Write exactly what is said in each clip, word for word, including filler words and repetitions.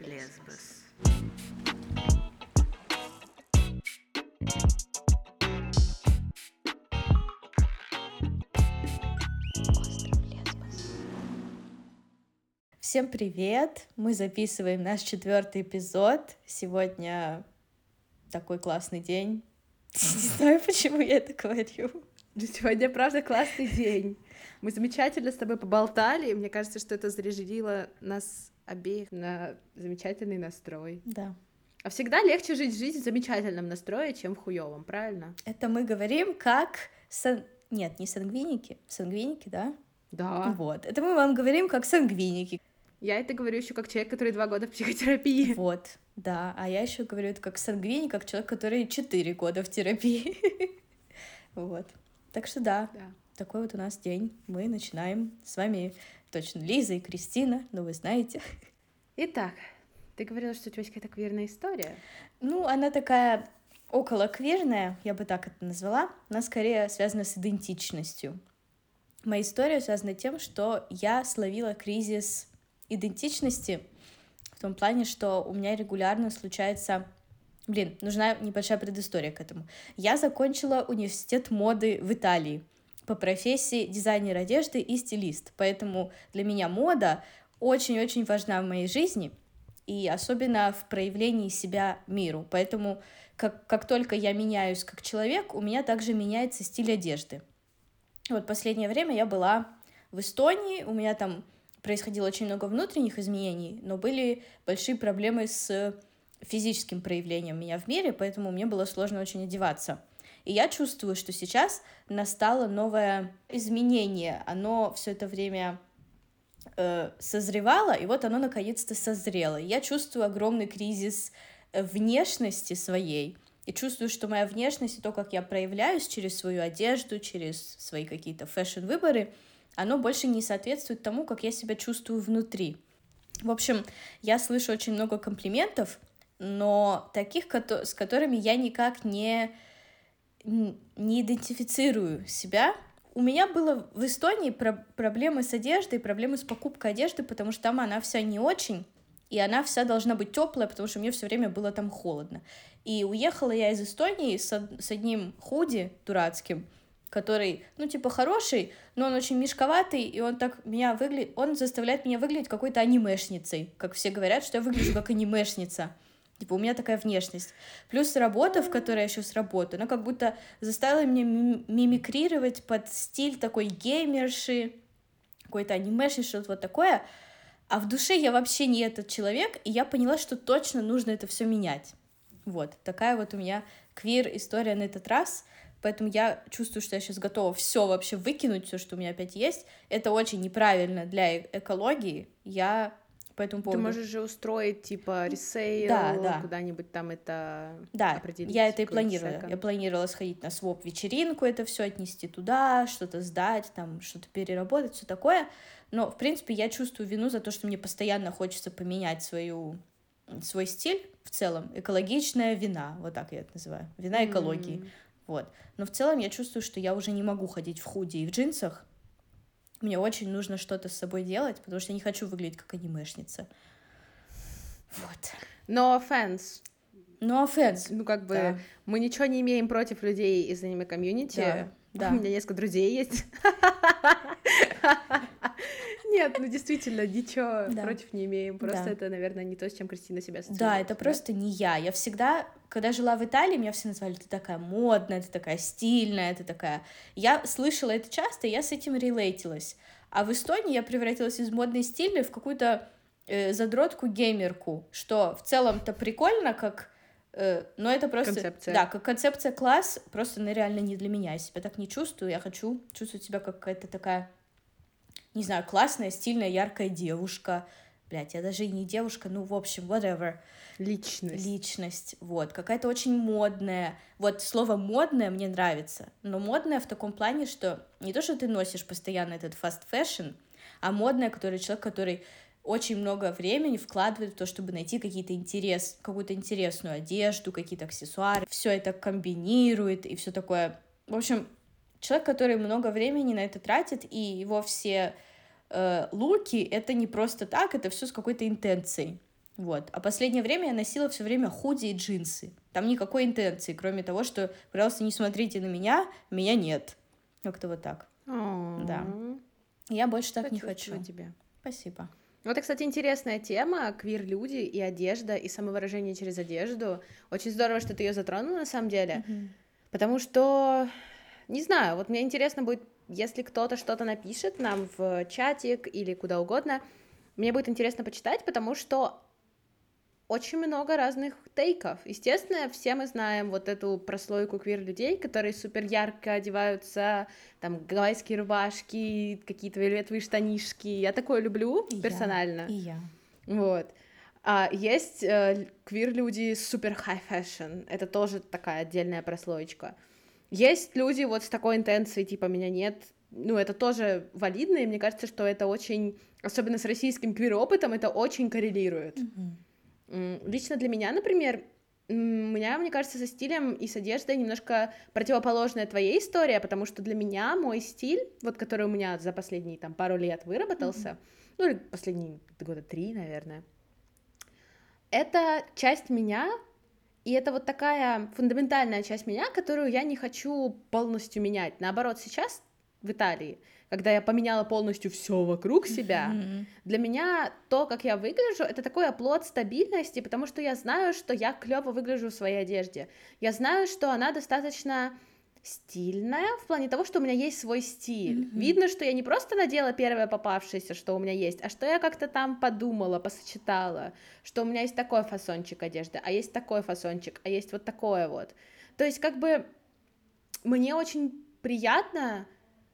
Лесбос. Всем привет! Мы записываем наш четвертый эпизод. Сегодня такой классный день. Не знаю, почему я это говорю. Сегодня, правда, классный день. Мы замечательно с тобой поболтали, и мне кажется, что это заряжало нас обеих на замечательный настрой. Да. А всегда легче жить жизнь в замечательном настрое, чем в хуёвом, правильно? Это мы говорим как... Сан... Нет, не сангвиники. Сангвиники, да? Да. Вот. Это мы вам говорим как сангвиники. Я это говорю еще как человек, который два года в психотерапии. Вот, да. А я еще говорю это как сангвиник, как человек, который четыре года в терапии. Вот. Так что да, Да. такой вот у нас день. Мы начинаем. С вами точно Лиза и Кристина, но вы знаете. Итак, ты говорила, что у тебя есть какая-то квирная история. Ну, она такая около квирная, я бы так это назвала. Она скорее связана с идентичностью. Моя история связана тем, что я словила кризис идентичности в том плане, что у меня регулярно случается... Блин, нужна небольшая предыстория к этому. Я закончила университет моды в Италии по профессии дизайнер одежды и стилист, поэтому для меня мода очень-очень важна в моей жизни, и особенно в проявлении себя миру. Поэтому как, как только я меняюсь как человек, у меня также меняется стиль одежды. Вот последнее время я была в Эстонии, у меня там происходило очень много внутренних изменений, но были большие проблемы с физическим проявлением меня в мире, поэтому мне было сложно очень одеваться. И я чувствую, что сейчас настало новое изменение, оно все это время э, созревало, и вот оно наконец-то созрело. Я чувствую огромный кризис внешности своей, и чувствую, что моя внешность и то, как я проявляюсь через свою одежду, через свои какие-то фэшн-выборы, оно больше не соответствует тому, как я себя чувствую внутри. В общем, я слышу очень много комплиментов, но таких, с которыми я никак не, не идентифицирую себя. У меня было в Эстонии про- проблемы с одеждой, проблемы с покупкой одежды, потому что там она вся не очень, и она вся должна быть теплая, потому что мне все время было там холодно. И уехала я из Эстонии с, с одним худи дурацким, который, ну, типа, хороший, но он очень мешковатый, и он так меня выглядит, он заставляет меня выглядеть какой-то анимешницей, как все говорят, что я выгляжу как анимешница. Типа, у меня такая внешность. Плюс работа, в которой я сейчас работаю, она как будто заставила меня мимикрировать под стиль такой геймерши, какой-то анимеши, что-то вот такое. А в душе я вообще не этот человек, и я поняла, что точно нужно это все менять. Вот, такая вот у меня квир-история на этот раз. Поэтому я чувствую, что я сейчас готова все вообще выкинуть, все, что у меня опять есть. Это очень неправильно для экологии. Я по этому поводу... Ты можешь же устроить, типа, ресейл, да, да. куда-нибудь там это да, определить. Я это и планировала. Я планировала сходить на своп-вечеринку, это все отнести туда, что-то сдать, там, что-то переработать, все такое. Но, в принципе, я чувствую вину за то, что мне постоянно хочется поменять свою, свой стиль в целом. Экологичная вина, вот так я это называю. Вина экологии. Mm. Вот. Но в целом я чувствую, что я уже не могу ходить в худи и в джинсах. Мне очень нужно что-то с собой делать, потому что я не хочу выглядеть как анимешница. Вот. No offense. No offense. Ну, как бы, да. Мы ничего не имеем против людей из аниме-комьюнити. Да, да. У меня несколько друзей есть. Нет, ну действительно, ничего да. против не имеем. Просто да. это, наверное, не то, с чем Кристина себя ассоциирует. Да, это да? просто не я. Я всегда, когда жила в Италии, меня все называли: ты такая модная, ты такая стильная, ты такая... Я слышала это часто, и я с этим релейтилась. А в Эстонии я превратилась из модной стиля в какую-то э, задротку-геймерку, что в целом-то прикольно, как... Э, но это просто... Концепция. Да, как концепция класс, просто она реально не для меня. Я себя так не чувствую, я хочу чувствовать себя как какая-то такая... не знаю, классная, стильная, яркая девушка. Блядь, я даже и не девушка, ну, в общем, whatever. Личность. Личность, вот. Какая-то очень модная. Вот слово «модная» мне нравится. Но модная в таком плане, что не то, что ты носишь постоянно этот fast fashion, а модная, который человек, который очень много времени вкладывает в то, чтобы найти какие-то интерес, какую-то интересную одежду, какие-то аксессуары. Все это комбинирует и все такое. В общем, человек, который много времени на это тратит, и его все э, луки, это не просто так, это все с какой-то интенцией. Вот. А последнее время я носила все время худи и джинсы. Там никакой интенции, кроме того, что, пожалуйста, не смотрите на меня, меня нет. Как-то вот так. Да. Я больше так не хочу. Тебя. Спасибо. Вот это, кстати, интересная тема, квир-люди и одежда, и самовыражение через одежду. Очень здорово, что ты ее затронула, на самом деле, Mm-hmm. потому что, не знаю, вот мне интересно будет, если кто-то что-то напишет нам в чатик или куда угодно, мне будет интересно почитать, потому что очень много разных тейков. Естественно, все мы знаем вот эту прослойку квир-людей, которые супер ярко одеваются, там, гавайские рубашки, какие-то вельветовые штанишки. Я такое люблю И персонально. Я. И я. Вот. А есть э, квир-люди супер high fashion. Это тоже такая отдельная прослоечка. Есть люди вот с такой интенцией, типа, меня нет. Ну, это тоже валидно, и мне кажется, что это очень, особенно с российским квир-опытом, это очень коррелирует. Mm-hmm. Лично для меня, например, у меня, мне кажется, со стилем и с одеждой немножко противоположная твоей история, потому что для меня мой стиль, вот который у меня за последние там пару лет выработался, mm-hmm. ну или последние года три, наверное, это часть меня, и это вот такая фундаментальная часть меня, которую я не хочу полностью менять. Наоборот, сейчас в Италии, когда я поменяла полностью все вокруг себя, mm-hmm. для меня то, как я выгляжу, это такой оплот стабильности, потому что я знаю, что я клево выгляжу в своей одежде. Я знаю, что она достаточно стильная, в плане того, что у меня есть свой стиль. Mm-hmm. Видно, что я не просто надела первое попавшееся, что у меня есть, а что я как-то там подумала, посочетала, что у меня есть такой фасончик одежды, а есть такой фасончик, а есть вот такое вот. То есть как бы мне очень приятно,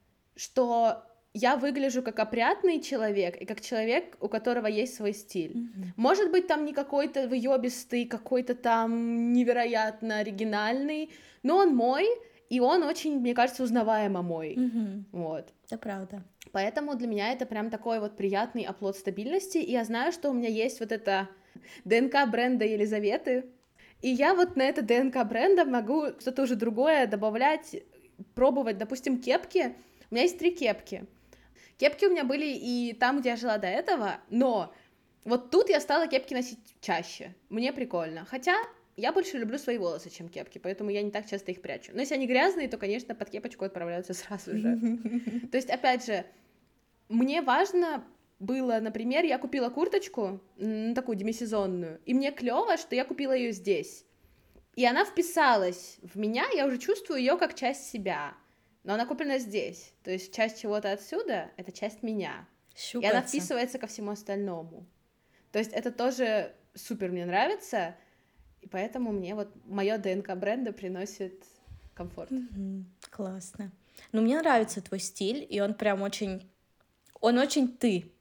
что я выгляжу как опрятный человек и как человек, у которого есть свой стиль. Mm-hmm. Может быть, там не какой-то выёбистый, какой-то там невероятно оригинальный, но он мой, и он очень, мне кажется, узнаваемо мой. Mm-hmm. Вот. Это правда. Поэтому для меня это прям такой вот приятный оплот стабильности, и я знаю, что у меня есть вот это ДНК бренда Елизаветы, и я вот на это ДНК бренда могу что-то уже другое добавлять, пробовать, допустим, кепки. У меня есть три кепки. Кепки у меня были и там, где я жила до этого, но вот тут я стала кепки носить чаще. Мне прикольно. Хотя я больше люблю свои волосы, чем кепки, поэтому я не так часто их прячу. Но если они грязные, то, конечно, под кепочку отправляются сразу же. То есть, опять же, мне важно было, например, я купила курточку, такую демисезонную, и мне клево, что я купила ее здесь. И она вписалась в меня, я уже чувствую ее как часть себя. Но она куплена здесь, то есть часть чего-то отсюда — это часть меня, Щупается. И она вписывается ко всему остальному. То есть это тоже супер мне нравится, и поэтому мне вот мое ДНК бренда приносит комфорт. Mm-hmm. Классно. Ну, мне нравится твой стиль, и он прям очень, он очень ты.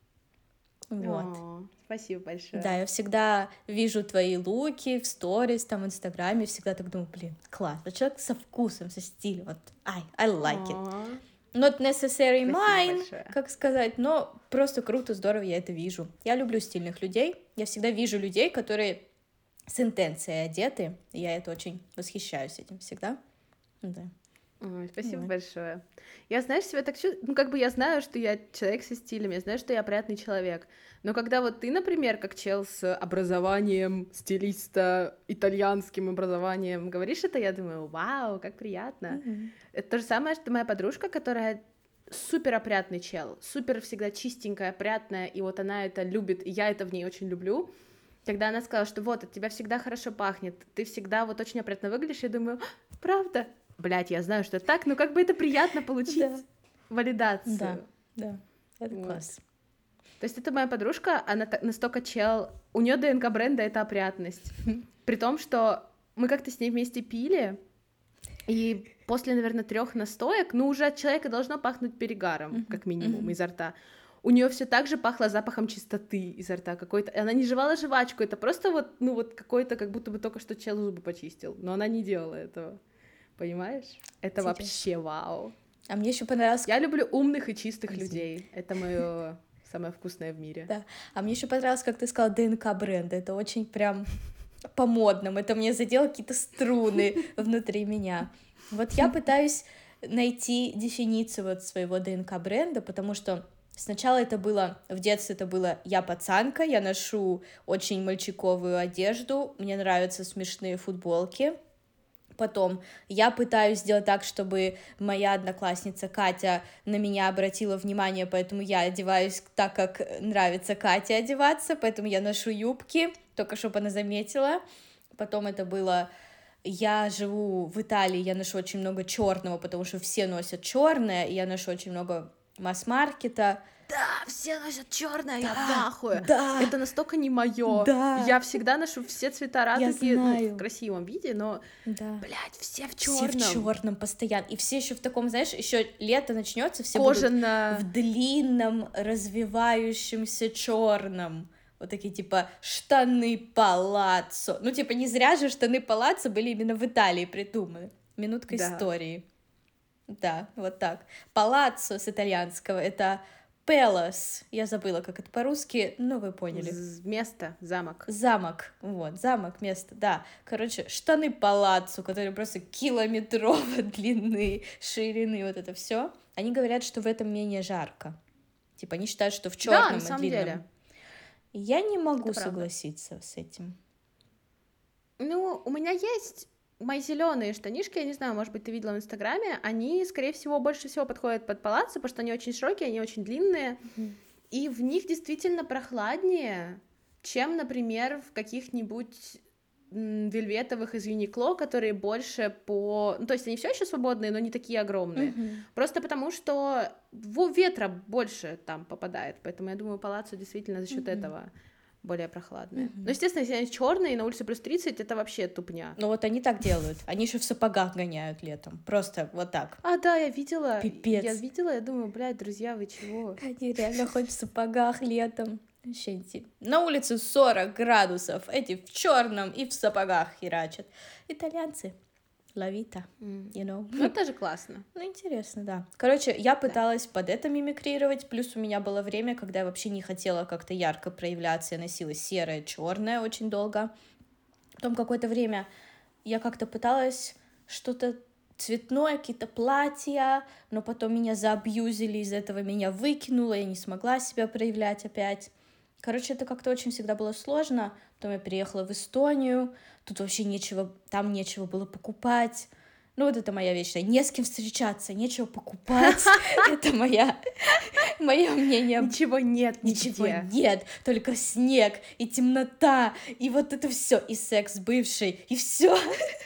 Вот. О, спасибо большое. Да, я всегда вижу твои луки в сторис, там, в Инстаграме, всегда так думаю, блин, класс, вот человек со вкусом, со стилем, вот, I, I like it. Not necessary mine, как сказать, но просто круто, здорово, я это вижу. Я люблю стильных людей, я всегда вижу людей, которые с интенцией одеты, и я это очень восхищаюсь этим всегда, да. Ой, спасибо mm-hmm. большое. Я, знаешь, себя так чувствую, ну, как бы я знаю, что я человек со стилем, я знаю, что я опрятный человек, но когда вот ты, например, как чел с образованием стилиста, итальянским образованием, говоришь это, я думаю, вау, как приятно. Mm-hmm. Это то же самое, что моя подружка, которая супер опрятный чел, супер всегда чистенькая, опрятная, и вот она это любит, и я это в ней очень люблю. Когда она сказала, что вот, от тебя всегда хорошо пахнет, ты всегда вот очень опрятно выглядишь, я думаю, правда? Блять, я знаю, что так, но как бы это приятно получить да. валидацию. Да, да, это вот. Класс. То есть это моя подружка, она настолько чел, у нее ДНК бренда — это опрятность. При том, что мы как-то с ней вместе пили, и после, наверное, трех настоек, ну, уже от человека должно пахнуть перегаром, uh-huh. как минимум, uh-huh. изо рта. У нее все так же пахло запахом чистоты изо рта какой-то. Она не жевала жвачку, это просто вот, ну, вот какой-то, как будто бы только что чел зубы почистил, но она не делала этого. Понимаешь? Это Интересно. Вообще вау. А мне еще понравилось... Я люблю умных и чистых Извини. людей. Это мое самое вкусное в мире. Да. А мне еще понравилось, как ты сказала, ДНК бренда. Это очень прям по-модному. Это мне задело какие-то струны внутри меня. Вот я пытаюсь найти дефиницию вот своего ДНК бренда, потому что Сначала это было, в детстве это было «я пацанка», я ношу очень мальчиковую одежду, мне нравятся смешные футболки. Потом я пытаюсь сделать так, чтобы моя одноклассница Катя на меня обратила внимание, поэтому я одеваюсь так, как нравится Кате одеваться, поэтому я ношу юбки, только чтобы она заметила. Потом это было... Я живу в Италии, я ношу очень много черного, потому что все носят черное, и я ношу очень много масс-маркета. Да, все носят черное, Да, я в ахуе. да. Это настолько не мое. Да. Я всегда ношу все цвета радуги, Я ну, знаю. в красивом виде, но, Да. блядь, все в Все черном. в черном постоянно. И все еще в таком, знаешь, еще лето начнется, все Кожано. будут в длинном, развивающемся черном. Вот такие, типа, штаны палаццо. Ну, типа, не зря же штаны палаццо были именно в Италии придуманы. Минутка Да. истории. Да, вот так. Палаццо с итальянского — это пелос. Я забыла, как это по-русски, но вы поняли. З- Место, замок. Замок, вот, замок, место, да. Короче, штаны палаццо, которые просто километрово длины, ширины, вот это все. Они говорят, что в этом менее жарко. Типа, они считают, что в Да, черном на и самом длинном. деле. Я не могу Это правда. согласиться с этим. Ну, у меня есть мои зеленые штанишки, я не знаю, может быть, ты видела в Инстаграме, они, скорее всего, больше всего подходят под палаццо, потому что они очень широкие, они очень длинные, и в них действительно прохладнее, чем, например, в каких-нибудь м, вельветовых из Юникло, которые больше по... Ну, то есть они все еще свободные, но не такие огромные. Мгм. Просто потому, что во- ветра больше там попадает, поэтому я думаю, палаццо действительно за счет Мгм. этого более прохладное. Мгм. Но, естественно, если они черные, на улице плюс тридцать, это вообще тупня. Ну вот они так делают. Они еще в сапогах гоняют летом. Просто вот так. А, да, я видела. Пипец. Я видела, я думаю, блядь, друзья, вы чего? Они реально ходят в сапогах летом. Вообще инти- На улице сорок градусов. Эти в черном и в сапогах херачат. Итальянцы. Лавита, М. you know. Ну, это тоже классно. Ну, интересно, да. Короче, я пыталась под это мимикрировать, плюс у меня было время, когда я вообще не хотела как-то ярко проявляться, я носила серое, черное очень долго. Потом какое-то время я как-то пыталась что-то цветное, какие-то платья, но потом меня заабьюзили, из этого меня выкинуло, я не смогла себя проявлять опять. Короче, это как-то очень всегда было сложно. Потом я переехала в Эстонию, тут вообще нечего, там нечего было покупать. Ну, вот это моя вечная. Не с кем встречаться, нечего покупать. Это моя, мое мнение. Ничего нет, Ничего нигде. нет, только снег и темнота, и вот это все, и секс бывший, и все.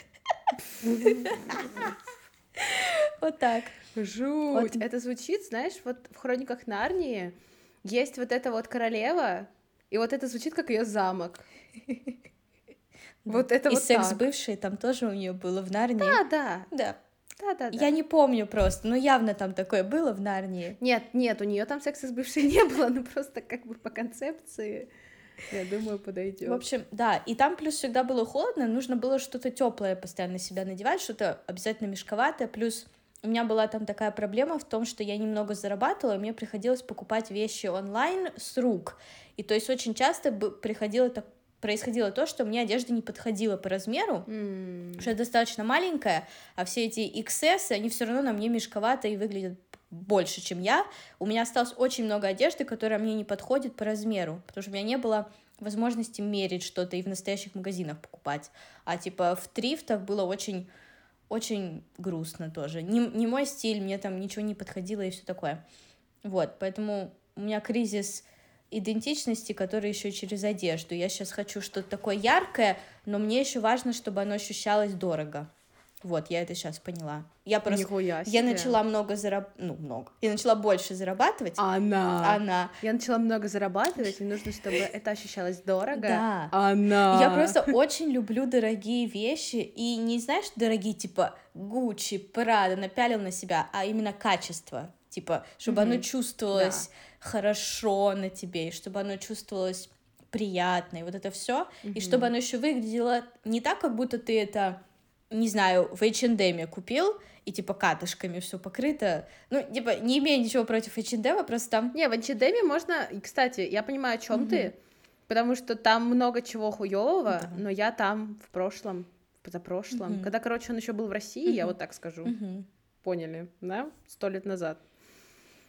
Вот так. Жуть. Вот. Это звучит, знаешь, вот в «Хрониках Нарнии» есть вот эта вот королева, и вот это звучит как ее замок. Вот это И вот секс так. бывший там тоже у нее было в Нарнии. Да, да, Да. да, да, да. Я не помню просто, но явно там такое было в Нарнии. Нет, нет, у нее там секса с бывшей не было, ну просто как бы по концепции, я думаю, подойдет. В общем, да, и там плюс всегда было холодно, нужно было что-то теплое постоянно себя надевать, что-то обязательно мешковатое, плюс у меня была там такая проблема в том, что я немного зарабатывала, и мне приходилось покупать вещи онлайн с рук, и то есть очень часто бы приходило так, происходило то, что мне одежда не подходила по размеру, М. потому что я достаточно маленькая, а все эти икс эс, они все равно на мне мешковато и выглядят больше, чем я. У меня осталось очень много одежды, которая мне не подходит по размеру, потому что у меня не было возможности мерить что-то и в настоящих магазинах покупать. А типа в трифтах было очень, очень грустно тоже. Не, не мой стиль, мне там ничего не подходило и все такое. Вот, поэтому у меня кризис идентичности, который еще через одежду. Я сейчас хочу что-то такое яркое, но мне еще важно, чтобы оно ощущалось дорого. Вот, я это сейчас поняла. Я просто... Нихуя Я себе. начала много зарабатывать... Ну, много. Я начала больше зарабатывать. Она. Она. Я начала много зарабатывать, и нужно, чтобы это ощущалось дорого. Да. Она. Я просто очень люблю дорогие вещи, и не, знаешь, дорогие, типа, Гуччи, Прада, напялил на себя, а именно качество. Типа, чтобы Мгм. оно чувствовалось хорошо на тебе, и чтобы оно чувствовалось приятно, и вот это все, и чтобы оно еще выглядело не так, как будто ты это, не знаю, в эйч энд эм купил, и типа катышками все покрыто. Ну, типа, не имею ничего против эйч энд эм, просто там... Не, в эйч энд эм можно... И, кстати, я понимаю, о чем Мгм. ты, потому что там много чего хуёвого, Да. но я там в прошлом, позапрошлом, Мгм. когда, короче, он еще был в России, я Мгм. вот так скажу, Мгм. поняли, да, сто лет назад.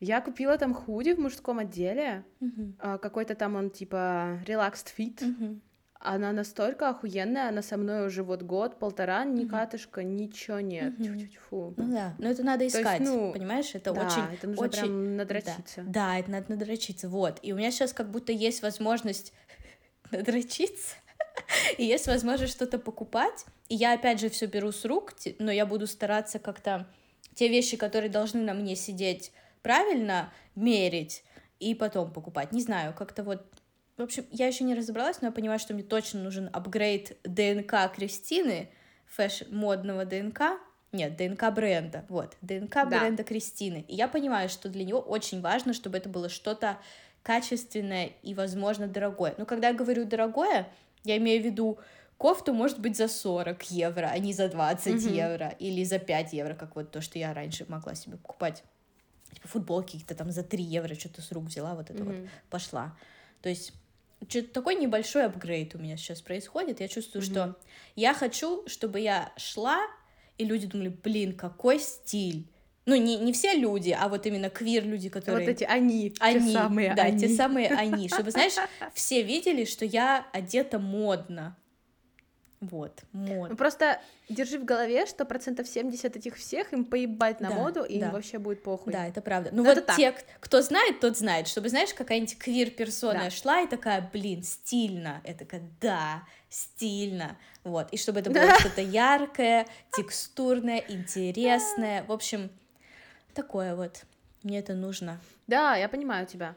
Я купила там худи в мужском отделе, Мгм. а, какой-то там он типа relaxed fit. Мгм. Она настолько охуенная, она со мной уже вот год, полтора, ни Мгм. катышка, ничего нет. Мгм. Тьфу-тьфу-тьфу. Ну да, но это надо То есть, искать, ну, понимаешь? Это очень, да, это нужно очень, прям да, надрочиться. да, это надо надрочиться, вот. И у меня сейчас как будто есть возможность надрочиться, и есть возможность что-то покупать, и я опять же все беру с рук, те- но я буду стараться как-то те вещи, которые должны на мне сидеть правильно, мерить и потом покупать. Не знаю, как-то вот. В общем, я еще не разобралась, но я понимаю, что мне точно нужен апгрейд ДНК Кристины, фэш модного ДНК. Нет, ДНК бренда, вот, ДНК Да. бренда Кристины. И я понимаю, что для него очень важно, чтобы это было что-то качественное и, возможно, дорогое. Но когда я говорю дорогое, я имею в виду, кофту может быть за сорок евро, а не за двадцать Мгм. евро, или за пять евро, как вот то, что я раньше могла себе покупать. Типа футболки какие-то там за три евро, что-то с рук взяла, вот это вот Мгм. пошла. То есть что-то такой небольшой апгрейд у меня сейчас происходит. Я чувствую, Мгм. что я хочу, чтобы я шла, и люди думали, блин, какой стиль. Ну, не, не все люди, а вот именно квир-люди, которые... Вот эти они, те Они, самые да, они. те самые они. Чтобы, знаешь, все видели, что я одета модно. Вот, Ну мод. просто держи в голове, что процентов семьдесят этих всех им поебать на Да, моду, и им да. вообще будет похуй. Да, это правда. Ну Но это вот так. те, к- кто знает, тот знает. Чтобы, знаешь, какая-нибудь квир-персона Да. шла и такая, блин, стильно. Я такая, да, стильно. Вот. И чтобы это было что-то яркое, текстурное, интересное. В общем, такое вот. Мне это нужно. Да, я понимаю тебя.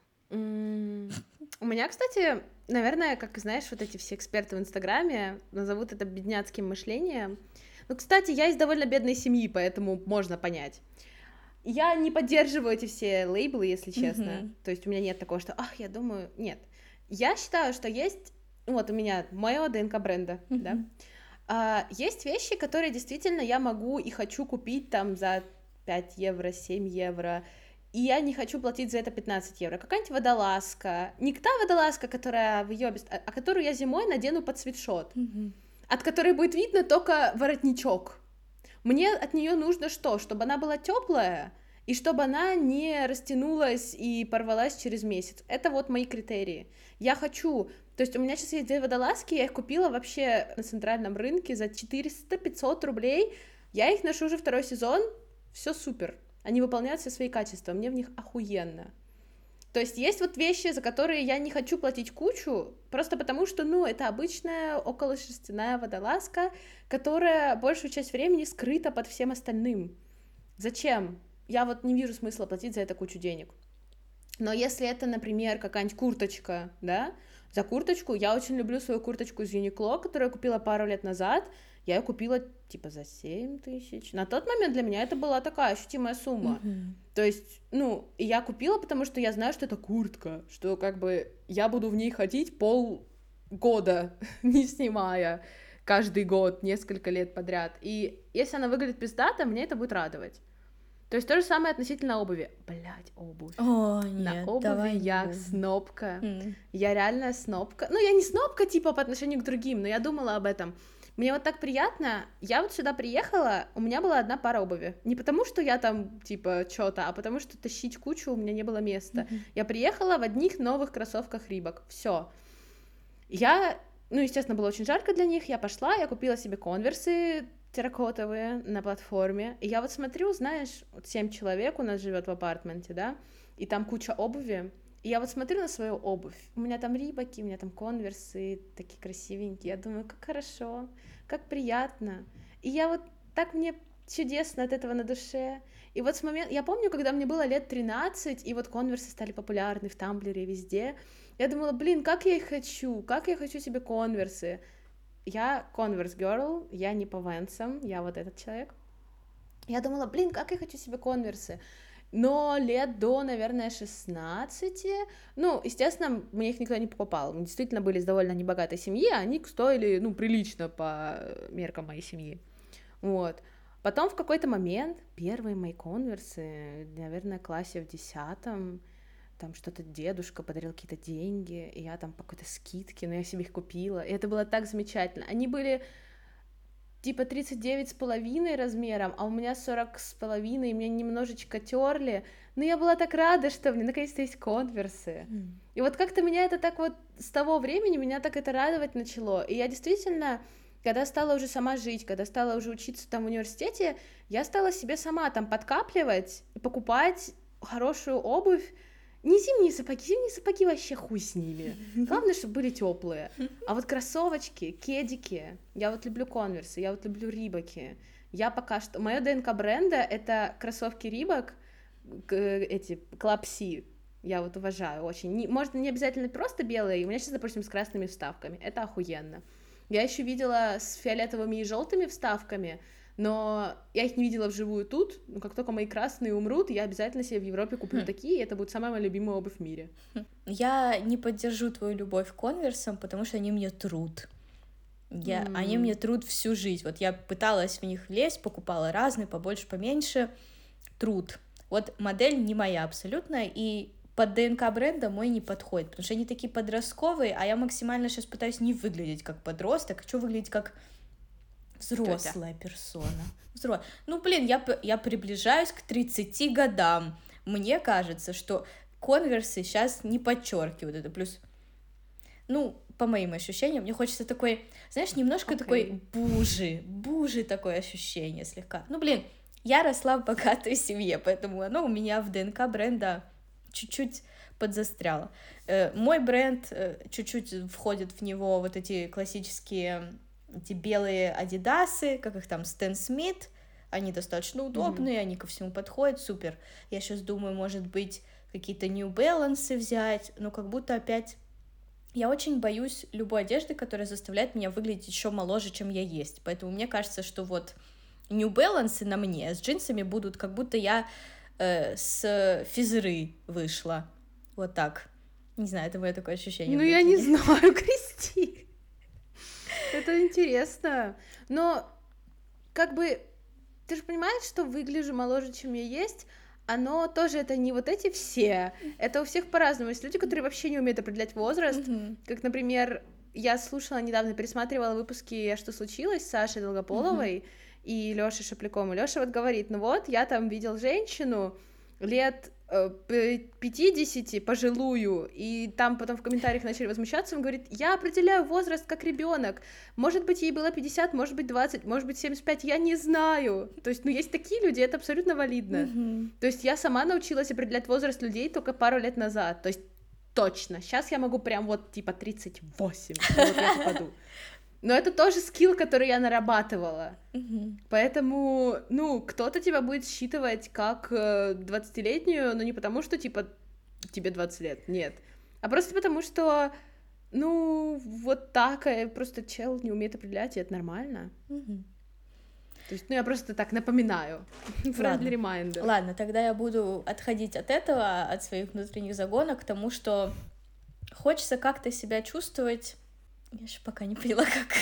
М, У меня, кстати, наверное, как знаешь, вот эти все эксперты в Инстаграме назовут это бедняцким мышлением. Ну, кстати, я из довольно бедной семьи, поэтому можно понять. Я не поддерживаю эти все лейблы, если честно. Мгм. То есть у меня нет такого, что, ах, я думаю, нет. Я считаю, что есть, ну, вот у меня моего ДНК бренда, да, Мгм. а, есть вещи, которые действительно я могу и хочу купить там за пять евро, семь евро, и я не хочу платить за это пятнадцать евро. Какая-нибудь водолазка, не та водолазка, которая въебист, а а которую я зимой надену под свитшот, Мгм. от которой будет видно только воротничок. Мне от нее нужно что? Чтобы она была теплая, и чтобы она не растянулась и порвалась через месяц. Это вот мои критерии. Я хочу... То есть у меня сейчас есть две водолазки, я их купила вообще на центральном рынке за четыреста-пятьсот рублей. Я их ношу уже второй сезон, все супер. Они выполняют все свои качества, мне в них охуенно. То есть есть вот вещи, за которые я не хочу платить кучу, просто потому что, ну, это обычная околошерстяная водолазка, которая большую часть времени скрыта под всем остальным. Зачем? Я вот не вижу смысла платить за это кучу денег. Но если это, например, какая-нибудь курточка, да, за курточку, я очень люблю свою курточку из Uniqlo, которую я купила пару лет назад, я ее купила типа за семь тысяч. На тот момент для меня это была такая ощутимая сумма. Мгм. То есть, ну, и я купила, потому что я знаю, что это куртка, что как бы я буду в ней ходить полгода, не снимая каждый год, несколько лет подряд. И если она выглядит пиздато, меня это будет радовать. То есть то же самое относительно обуви. Блять, обувь. О, На нет, обуви давай не я будем. снобка. М. Я реально снобка. Ну, я не снобка, типа, по отношению к другим, но я думала об этом. Мне вот так приятно. Я вот сюда приехала, у меня была одна пара обуви. Не потому, что я там, типа, что-то, а потому, что тащить кучу у меня не было места. Мгм. Я приехала в одних новых кроссовках Рибок. Все. Я, ну, естественно, было очень жарко для них. Я пошла, я купила себе конверсы терракотовые на платформе. И я вот смотрю, знаешь, вот семь человек у нас живет в апартменте, да, и там куча обуви. И я вот смотрю на свою обувь. У меня там рибаки, у меня там конверсы такие красивенькие. Я думаю, как хорошо, как приятно. И я вот так мне чудесно от этого на душе. И вот с момента... Я помню, когда мне было лет тринадцать, и вот конверсы стали популярны в Тамблере и везде. Я думала, блин, как я их хочу, как я хочу себе конверсы. Я Converse Girl, я не по Венсам, я вот этот человек. Я думала, блин, как я хочу себе конверсы. Но лет до, наверное, шестнадцати, ну, естественно, мне их никто не покупал. Мы действительно были из довольно небогатой семьи, а они стоили, ну, прилично по меркам моей семьи. Вот. Потом в какой-то момент первые мои конверсы, наверное, в классе в десятом, там что-то дедушка подарил какие-то деньги, и я там по какой-то скидке, но я себе их купила, и это было так замечательно. Они были типа тридцать девять с половиной размером, а у меня сорок с половиной, и меня немножечко терли. Но я была так рада, что мне наконец-то есть конверсы. Mm. И вот как-то меня это так вот с того времени, меня так это радовать начало. И я действительно, когда стала уже сама жить, когда стала уже учиться там в университете, я стала себе сама там подкапливать и покупать хорошую обувь. Не зимние сапоги, зимние сапоги вообще хуй с ними. Главное, чтобы были теплые. А вот кроссовочки, кедики, я вот люблю конверсы, я вот люблю рибоки. Я пока что... Мое ДНК бренда — это кроссовки рибок, эти, Club C. Я вот уважаю очень. Не, может, не обязательно просто белые, у меня сейчас, допустим, с красными вставками. Это охуенно. Я еще видела с фиолетовыми и желтыми вставками, но я их не видела вживую тут, но как только мои красные умрут, я обязательно себе в Европе куплю такие, и это будет самая моя любимая обувь в мире. Я не поддержу твою любовь к конверсам, потому что они мне трут. Я, mm. Они мне трут всю жизнь. Вот я пыталась в них лезть, покупала разные, побольше, поменьше. Труд. Вот модель не моя абсолютно, и под ДНК бренда мой не подходит, потому что они такие подростковые, а я максимально сейчас пытаюсь не выглядеть как подросток, хочу выглядеть как взрослая персона. Взро... Ну, блин, я, я приближаюсь к тридцати годам. Мне кажется, что конверсы сейчас не подчеркивают это. Плюс, ну, по моим ощущениям, мне хочется такой, знаешь, немножко okay. такой бужи, бужи такое ощущение слегка. Ну, блин, я росла в богатой семье, поэтому оно у меня в ДНК бренда чуть-чуть подзастряло. Э, мой бренд э, чуть-чуть входит в него вот эти классические... эти белые адидасы, как их там, Стэн Смит, они достаточно удобные, mm-hmm. они ко всему подходят, супер. Я сейчас думаю, может быть, какие-то New Balance взять, но как будто опять... Я очень боюсь любой одежды, которая заставляет меня выглядеть еще моложе, чем я есть. Поэтому мне кажется, что вот New Balance на мне с джинсами будут, как будто я э, с физры вышла. Вот так. Не знаю, это мое такое ощущение. Ну, я не знаю, Кристи. Это интересно. Но, как бы, ты же понимаешь, что выгляжу моложе, чем я есть, оно тоже это не вот эти все. Это у всех по-разному. Есть люди, которые вообще не умеют определять возраст. Mm-hmm. Как, например, я слушала недавно, пересматривала выпуски «А что случилось» с Сашей Долгополовой mm-hmm. и Лёшей Шапляком. И Лёша вот говорит, ну вот, я там видел женщину лет... пятидесяти, пожилую, и там потом в комментариях начали возмущаться, он говорит, я определяю возраст как ребенок, может быть, ей было пятьдесят, может быть, двадцать, может быть, семьдесят пять, я не знаю, то есть, ну, есть такие люди, это абсолютно валидно, mm-hmm. то есть, я сама научилась определять возраст людей только пару лет назад, то есть, точно, сейчас я могу прям вот, типа, тридцать восемь, вот я попаду. Но это тоже скилл, который я нарабатывала. Mm-hmm. Поэтому, ну, кто-то тебя будет считывать как э, двадцатилетнюю, но не потому, что, типа, тебе двадцать лет, нет. А просто потому, что, ну, вот так, просто чел не умеет определять, и это нормально. Mm-hmm. То есть, ну, я просто так напоминаю. Friendly reminder. Ладно, тогда я буду отходить от этого, от своих внутренних загонок, к тому, что хочется как-то себя чувствовать... Я же пока не поняла, как...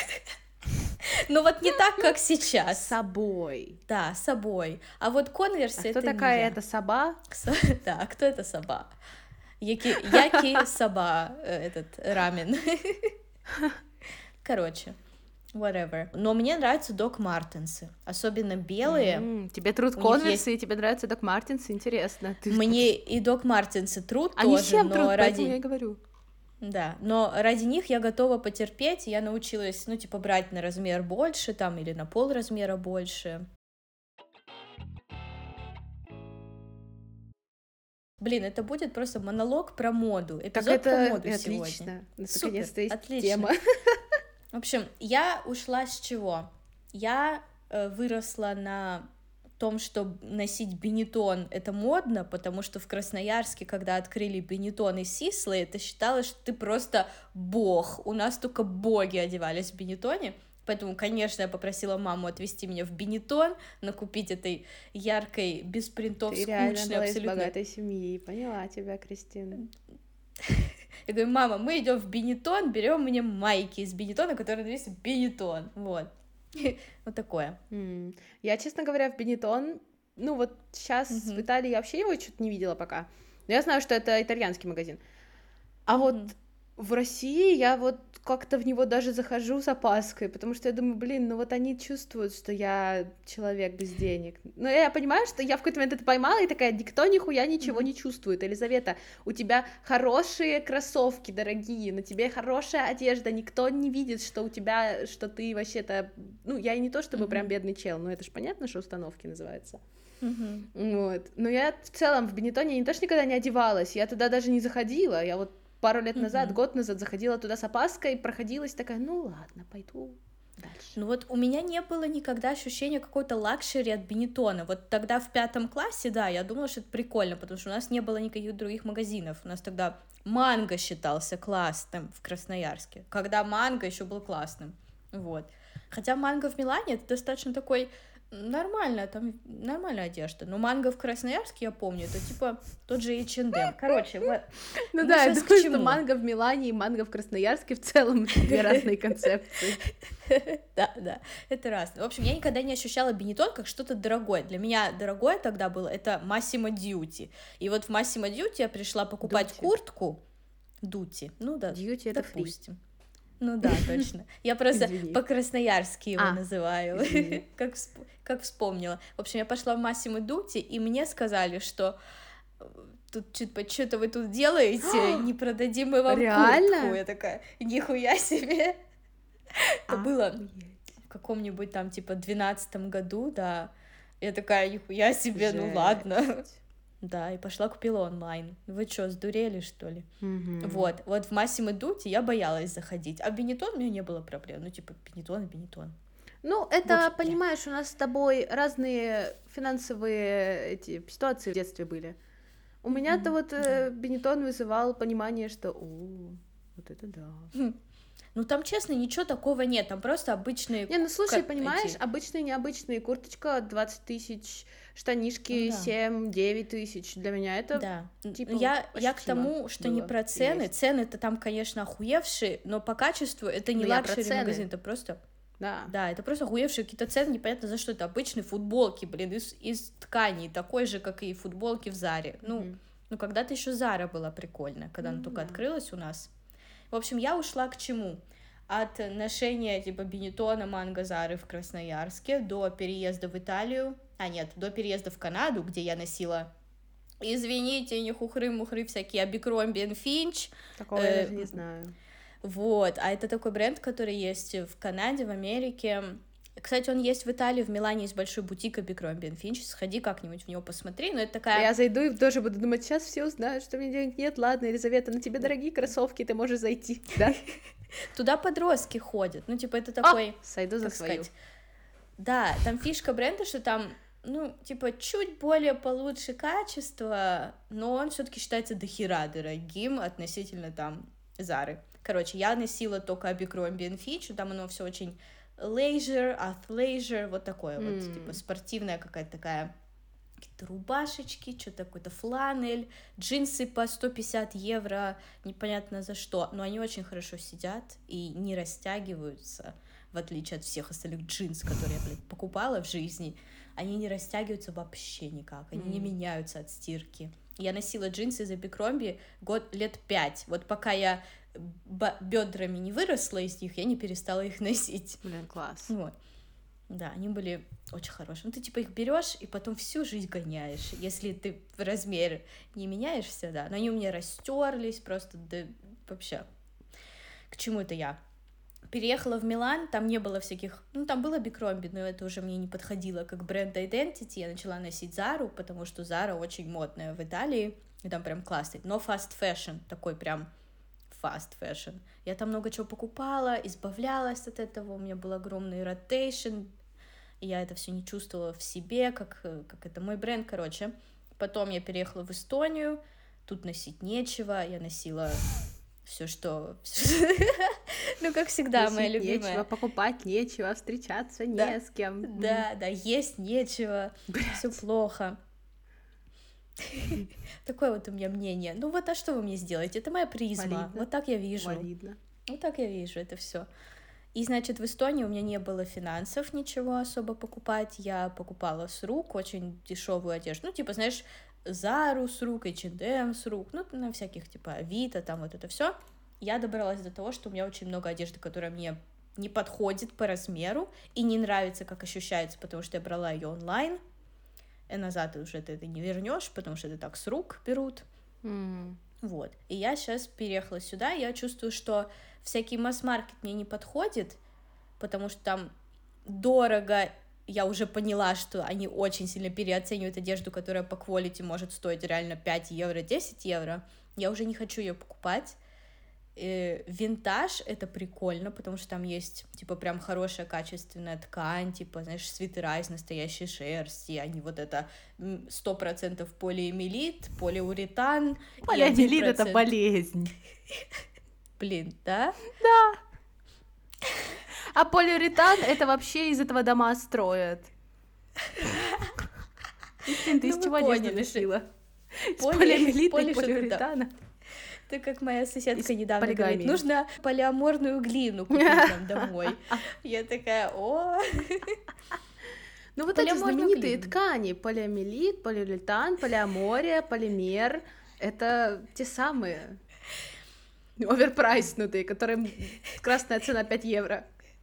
Ну вот не так, как сейчас. С собой. Да, с собой. А вот конверсы... А кто такая эта Саба? Да, кто это Саба? Яки, Яки Саба, этот рамен. Короче, whatever. Но мне нравятся Док Мартенсы, особенно белые. Mm, тебе трут конверсы, есть... и тебе нравятся Док Мартенсы, интересно. Ты... Мне и Док Мартенсы трут Они тоже, всем но трут, ради... поэтому я и говорю. Да, но ради них я готова потерпеть, я научилась, ну, типа, брать на размер больше, там, или на пол размера больше. Блин, это будет просто монолог про моду, эпизод так это про моду отлично. Сегодня. Наконец-то есть отлично. Тема. В общем, я ушла с чего? Я э, выросла на... том, что носить бенетон — это модно, потому что в Красноярске, когда открыли бенетон и сислы, это считалось, что ты просто бог. У нас только боги одевались в бенетоне. Поэтому, конечно, я попросила маму отвезти меня в бенетон, накупить этой яркой, без принтов, ты скучной, реально была абсолютно... из богатой семьи. Поняла тебя, Кристина. Я говорю, мама, мы идем в бенетон, берем мне майки из бенетона, которые написаны бенетон. Вот. Вот такое. Mm. Я, честно говоря, в Бенетон, ну вот сейчас mm-hmm. в Италии я вообще его что-то не видела пока, но я знаю, что это итальянский магазин. А mm-hmm. вот В России я вот как-то в него даже захожу с опаской, потому что я думаю, блин, ну вот они чувствуют, что я человек без денег. Но я понимаю, что я в какой-то момент это поймала, и такая, никто нихуя ничего не чувствует. Елизавета, у тебя хорошие кроссовки дорогие, на тебе хорошая одежда, никто не видит, что у тебя, что ты вообще-то... Ну, я и не то чтобы прям бедный чел, но это же понятно, что установки называются. Мгм. Вот. Но я в целом в Бенетоне не то, что никогда не одевалась, я туда даже не заходила. Я вот пару лет назад, Мгм. год назад заходила туда с опаской, проходилась такая, ну ладно, пойду дальше. Ну вот у меня не было никогда ощущения какой-то лакшери от Бенетона. Вот тогда в пятом классе, да, я думала, что это прикольно, потому что у нас не было никаких других магазинов. У нас тогда Манго считался классным в Красноярске, когда Манго еще был классным. Вот. Хотя Манго в Милане это достаточно такой нормальная, там нормальная одежда. Но Манго в Красноярске, я помню, это типа тот же эйч энд эм. Короче, вот. Ну мы да, я щас к думаю, что чему? манго в Милане и манго в Красноярске в целом это две разные концепции. Да, да, это раз. В общем, я никогда не ощущала Бенетон как что-то дорогое. Для меня дорогое тогда было это Massimo Dutti. И вот в Massimo Dutti я пришла покупать Dutti. куртку. Дути. Ну да, Duty это free. допустим. Ну да, точно. Я просто Извини. по-красноярски его А, называю, извини. как, всп- как вспомнила. В общем, я пошла в Massimo Dutti, и мне сказали, что э, тут типа, что-то вы тут делаете, не продадим мы вам Реально? куртку. Я такая, нихуя себе. Это было Охуеть. в каком-нибудь там, типа, двенадцатом году, да. Я такая, нихуя себе, ну Жесть. ладно. Да, и пошла купила онлайн. Вы чё, сдурели, что ли? Мгм. Вот, вот в Massimo Dutti я боялась заходить, а Бенетон у меня не было проблем. Ну, типа, Бенетон и Бенетон. Ну, В это, общем, понимаешь, у нас с тобой разные финансовые эти ситуации в детстве были. У меня-то Мгм, вот э, Бенетон вызывал понимание, что, о, вот это да. Ну, там, честно, ничего такого нет, там просто обычные... Не, ну слушай, ка- понимаешь, эти- обычные, необычные, курточка двадцать тысяч, штанишки Ну да. семь-девять тысяч, для меня это Да, Н- типа, я, я к ощутимо тому, что не было про и цены. есть. Цены-то там, конечно, охуевшие, но по качеству это не Ну, я про лакшери цены. магазин, это просто... Да. Да, это просто охуевшие какие-то цены, непонятно за что. Это обычные футболки, блин, из, из ткани, такой же, как и футболки в Заре. Ну, Мгм. ну когда-то еще Зара была прикольная, когда она Ну только да. открылась у нас. В общем, я ушла к чему? От ношения типа Бенетона, Манго, Зары в Красноярске до переезда в Италию, а нет, до переезда в Канаду, где я носила, извините, не хухры-мухры всякие, Абикромби энд Финч, Такого Э, я даже не знаю. вот, а это такой бренд, который есть в Канаде, в Америке. Кстати, он есть в Италии, в Милане есть большой бутик Abercrombie энд Fitch. Сходи как-нибудь в него посмотри, но это такая... Я зайду и тоже буду думать, сейчас все узнают, что у меня денег нет. Ладно, Елизавета, на тебе дорогие кроссовки, ты можешь зайти, да? Туда подростки ходят, ну, типа, это такой... О, сойду за как свою. сказать... Да, там фишка бренда, что там, ну, типа, чуть более получше качество, но он все-таки считается дохера дорогим относительно там Зары. Короче, я носила только Abercrombie энд Fitch, там оно все очень leisure, athleisure, вот такое вот, М. типа, спортивная какая-то такая, какие-то рубашечки, что-то какой-то фланель, джинсы по сто пятьдесят евро, непонятно за что, но они очень хорошо сидят и не растягиваются, в отличие от всех остальных джинс, которые я, блядь, покупала в жизни. Они не растягиваются вообще никак, они не М. меняются от стирки. Я носила джинсы из Abercrombie год лет пять. Вот пока я б- бедрами не выросла из них, я не перестала их носить. Блин, класс. Вот. Да, они были очень хорошие. Ну, ты типа их берешь и потом всю жизнь гоняешь, если ты размер не меняешься, да. Но они у меня растерлись просто, да, вообще. К чему это я? Переехала в Милан, там не было всяких... Ну, там было Abercrombie, но это уже мне не подходило как бренд identity. Я начала носить Зару, потому что Зара очень модная в Италии, и там прям классный. Но fast fashion, такой прям fast fashion. Я там много чего покупала, избавлялась от этого, у меня был огромный rotation, и я это все не чувствовала в себе, как, как это мой бренд, короче. Потом я переехала в Эстонию, тут носить нечего, я носила все, что... Ну, как всегда, моя Носить любимая. нечего, покупать нечего, встречаться не Да. с кем. Да, да, есть нечего, все плохо. Такое вот у меня мнение. Ну вот, а что вы мне сделаете? Это моя призма. Валидно. Вот так я вижу. Валидно. Вот так я вижу это все. И, значит, в Эстонии у меня не было финансов ничего особо покупать. Я покупала с рук очень дешевую одежду. Ну, типа, знаешь, Зару с рук, эйч энд эм с рук, ну, на всяких, типа, Авито, там вот это все. я добралась до того, что у меня очень много одежды, которая мне не подходит по размеру и не нравится, как ощущается, потому что я брала ее онлайн, и назад ты уже ты это не вернешь, потому что это так с рук берут. Mm. Вот. И я сейчас переехала сюда, и я чувствую, что всякий масс-маркет мне не подходит, потому что там дорого. Я уже поняла, что они очень сильно переоценивают одежду, которая по quality может стоить реально пять евро, десять евро. Я уже не хочу ее покупать. И винтаж — это прикольно, потому что там есть, типа, прям хорошая качественная ткань, типа, знаешь, свитера из настоящей шерсти, а не вот это сто процентов полиэмилит, полиуретан. Полиэмилит — это болезнь. Блин, да? Да. А полиуретан — это вообще из этого дома строят. Кристин, ты из чего одежду носила? Из полиэмилита и полиуретана? Это как моя соседка недавно говорит, нужно полиаморную глину купить нам домой. Я такая, о. Ну вот эти знаменитые ткани: полиэмилит, полиуретан, полиамория, полимер — это те самые оверпрайснутые, которым красная цена пять евро.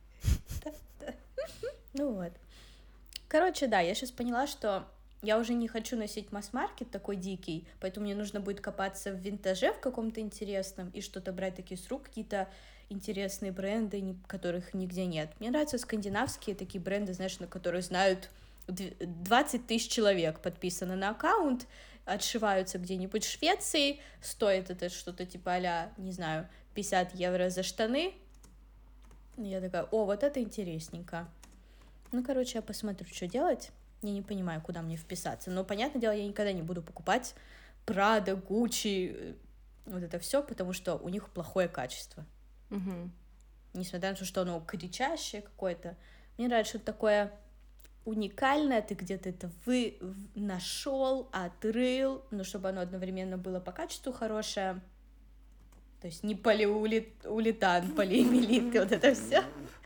Ну вот. Короче, да, я сейчас поняла, что я уже не хочу носить масс-маркет такой дикий, поэтому мне нужно будет копаться в винтаже в каком-то интересном и что-то брать такие с рук, какие-то интересные бренды, которых нигде нет. Мне нравятся скандинавские такие бренды, знаешь, на которых знают двадцать тысяч человек, подписаны на аккаунт, отшиваются где-нибудь в Швеции, стоит это что-то типа а-ля, не знаю, пятьдесят евро за штаны. Я такая, о, вот это интересненько. Ну, короче, я посмотрю, что делать. Я не понимаю, куда мне вписаться. Но, понятное дело, я никогда не буду покупать Prada, Gucci, вот это все, потому что у них плохое качество. Угу. Несмотря на то, что оно кричащее какое-то. Мне нравится что-то такое уникальное, ты где-то это вы нашел, отрыл, но чтобы оно одновременно было по качеству хорошее. То есть не полиуретан, полиэмилит, вот это все.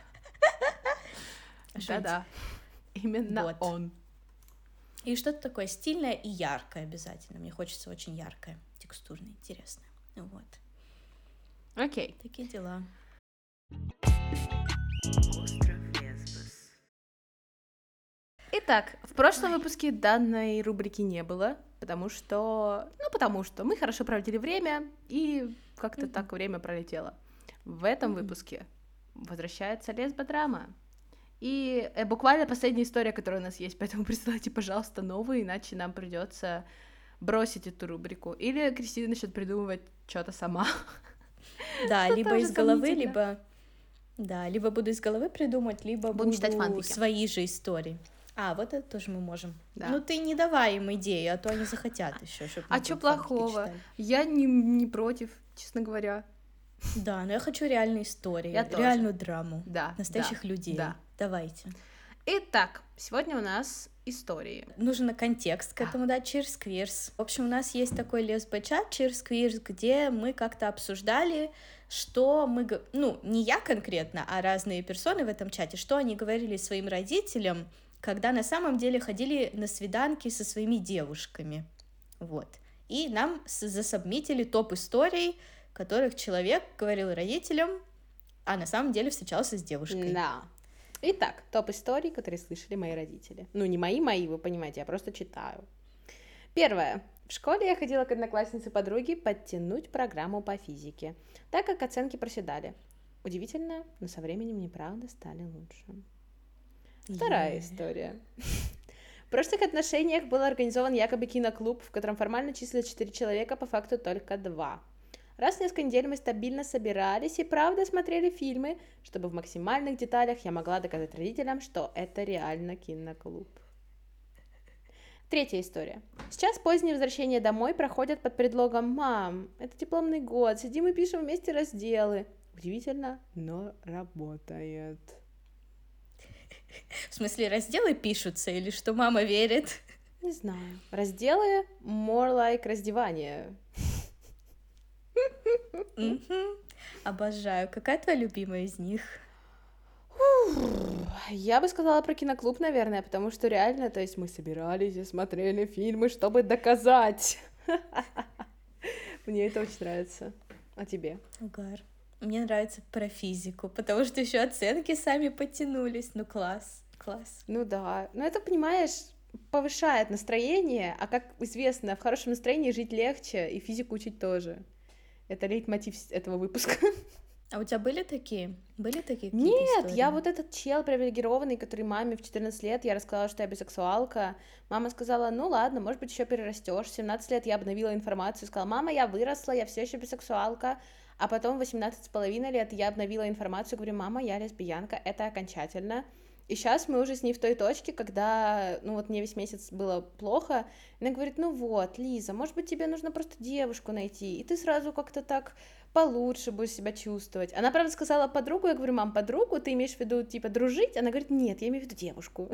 Да-да, именно вот. Он. И что-то такое стильное и яркое обязательно. Мне хочется очень яркое, текстурное, интересное. Вот. Окей. Okay. Такие дела. Итак, в прошлом Ой. выпуске данной рубрики не было, потому что... Ну, потому что мы хорошо проводили время, и как-то mm-hmm. так время пролетело. В этом mm-hmm. выпуске возвращается лесбодрама. И э, буквально последняя история, которая у нас есть, поэтому присылайте, пожалуйста, новые, иначе нам придется бросить эту рубрику. Или Кристина начнет придумывать что-то сама. Да, либо из головы, либо... Да, либо буду из головы придумать, либо буду читать фанфики. Свои же истории. А, вот это тоже мы можем. Да. Ну ты не давай им идеи, а то они захотят еще, чтобы А что плохого? Я не, не против, честно говоря. Да, но я хочу реальные истории, я реальную тоже. Драму, да, настоящих да, людей. Да. Давайте. Итак, сегодня у нас истории. Нужен контекст к этому, да, Cheers Queers. В общем, у нас есть такой лесбо-чат Cheers Queers, где мы как-то обсуждали, что мы... Ну, не я конкретно, а разные персоны в этом чате, что они говорили своим родителям, когда на самом деле ходили на свиданки со своими девушками. Вот. И нам засабмитили топ историй, которых человек говорил родителям, а на самом деле встречался с девушкой. Да. Итак, топ историй, которые слышали мои родители. Ну, не мои, мои, вы понимаете, я просто читаю. Первое. В школе я ходила к однокласснице подруги подтянуть программу по физике, так как оценки проседали. Удивительно, но со временем мне правда стали лучше. Вторая yeah. история. В прошлых отношениях был организован якобы киноклуб, в котором формально числилось четыре человека, по факту только два. Раз в несколько недель мы стабильно собирались и правда смотрели фильмы, чтобы в максимальных деталях я могла доказать родителям, что это реально киноклуб. Третья история. Сейчас поздние возвращения домой проходят под предлогом «Мам, это дипломный год, сидим и пишем вместе разделы». Удивительно, но работает. В смысле, разделы пишутся или что мама верит? Не знаю. Разделы more like раздевание. Mm-hmm. Обожаю. Какая твоя любимая из них? Я бы сказала про киноклуб, наверное, потому что реально, то есть мы собирались и смотрели фильмы, чтобы доказать. Мне это очень нравится. А тебе? Угар. Мне нравится про физику, потому что еще оценки сами потянулись. Ну, класс, класс. Ну да. Ну это, понимаешь, повышает настроение, а как известно, в хорошем настроении жить легче, и физику учить тоже. Это лейтмотив этого выпуска. А у тебя были такие? Были такие какие-то Нет, истории? я вот этот чел привилегированный, который маме в четырнадцать лет, я рассказала, что я бисексуалка. Мама сказала, ну ладно, может быть, еще перерастешь. В семнадцать лет я обновила информацию, сказала, мама, я выросла, я все еще бисексуалка. А потом в восемнадцать с половиной лет я обновила информацию, говорю, мама, я лесбиянка, это окончательно. И сейчас мы уже с ней в той точке, когда, ну вот мне весь месяц было плохо, и она говорит, ну вот, Лиза, может быть, тебе нужно просто девушку найти, и ты сразу как-то так получше будешь себя чувствовать. Она, правда, сказала подругу, я говорю, мам, подругу, ты имеешь в виду, типа, дружить? Она говорит, нет, я имею в виду девушку.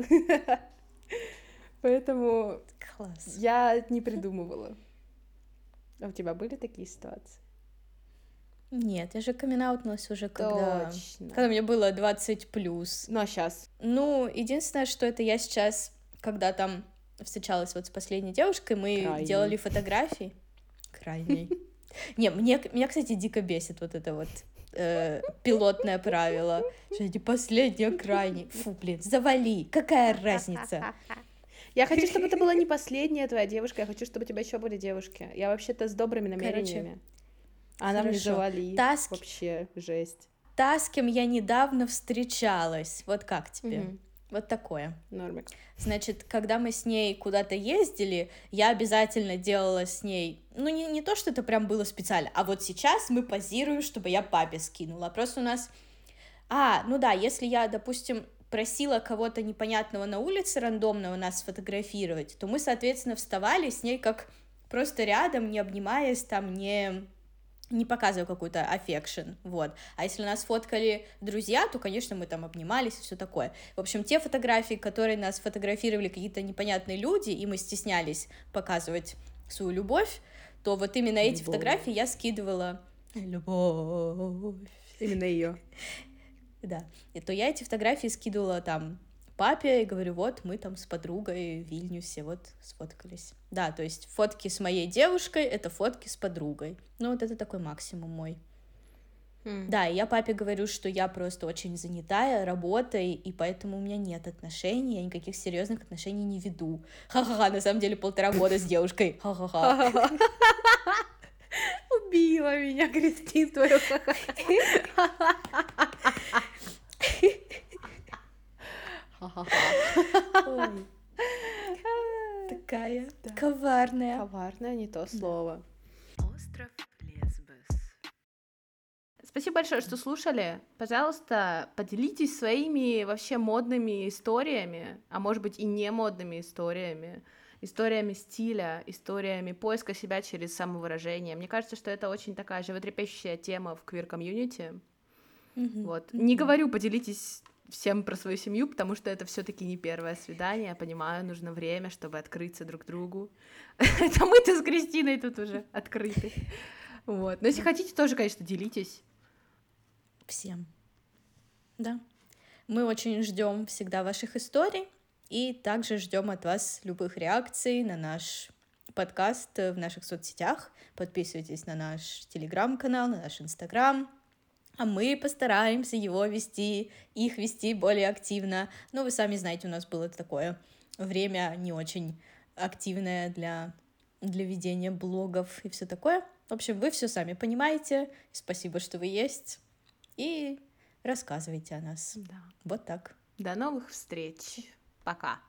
Поэтому Класс. я не придумывала. А у тебя были такие ситуации? Нет, я же камин-аутнулась уже, когда... Точно. когда мне было двадцать плюс. Ну, а сейчас? Ну, единственное, что это я сейчас, когда там встречалась вот с последней девушкой, мы Крайней. делали фотографии. Крайней. Не, мне, меня, кстати, дико бесит вот это вот э, пилотное правило, что эти последние крайние. Фу, блин, завали, какая разница? Я хочу, чтобы это была не последняя твоя девушка, я хочу, чтобы у тебя еще были девушки. Я вообще-то с добрыми намерениями. Короче, а нам не хорошо. завали. Та с... Вообще, жесть. Та, с кем я недавно встречалась. Вот как тебе? Мгм. Вот такое. Нормик. Значит, когда мы с ней куда-то ездили, я обязательно делала с ней... Ну, не, не то, что это прям было специально, а вот сейчас мы позируем, чтобы я папе скинула. Просто у нас... А, ну да, если я, допустим, просила кого-то непонятного на улице, рандомного, нас сфотографировать, то мы, соответственно, вставали с ней как просто рядом, не обнимаясь, там, не... не показывая какой-то аффекшн, вот. А если нас фоткали друзья, то, конечно, мы там обнимались и все такое. В общем, те фотографии, которые нас фотографировали какие-то непонятные люди, и мы стеснялись показывать свою любовь, то вот именно эти Любовь. фотографии я скидывала. Любовь. Именно ее. Да. И то я эти фотографии скидывала там папе и говорю, вот мы там с подругой в Вильнюсе вот сфоткались. Да, то есть фотки с моей девушкой — это фотки с подругой. Ну вот это такой максимум мой. Хм. Да, и я папе говорю, что я просто очень занятая работой, и поэтому у меня нет отношений, я никаких серьезных отношений не веду. Ха-ха-ха, на самом деле полтора года с девушкой. Ха-ха-ха. Убила меня, Кристин, твою. Ой. Такая коварная. Коварное не то слово. Остров Лесбос. Спасибо большое, что слушали. Пожалуйста, поделитесь своими вообще модными историями, а может быть и не модными историями, историями стиля, историями поиска себя через самовыражение. Мне кажется, что это очень такая животрепещущая тема в квир-комьюнити. Мгм. Вот. Не говорю, поделитесь всем про свою семью, потому что это все-таки не первое свидание. Я понимаю, нужно время, чтобы открыться друг другу. Это мы-то с Кристиной тут уже открыты. Вот. Но если хотите, тоже, конечно, делитесь. Всем. Да. Мы очень ждем всегда ваших историй и также ждем от вас любых реакций на наш подкаст в наших соцсетях. Подписывайтесь на наш телеграм-канал, на наш инстаграм. А мы постараемся его вести, их вести более активно. Ну, вы сами знаете, у нас было такое время не очень активное для, для ведения блогов и все такое. В общем, вы все сами понимаете. Спасибо, что вы есть. И рассказывайте о нас. Да. Вот так. До новых встреч. Пока.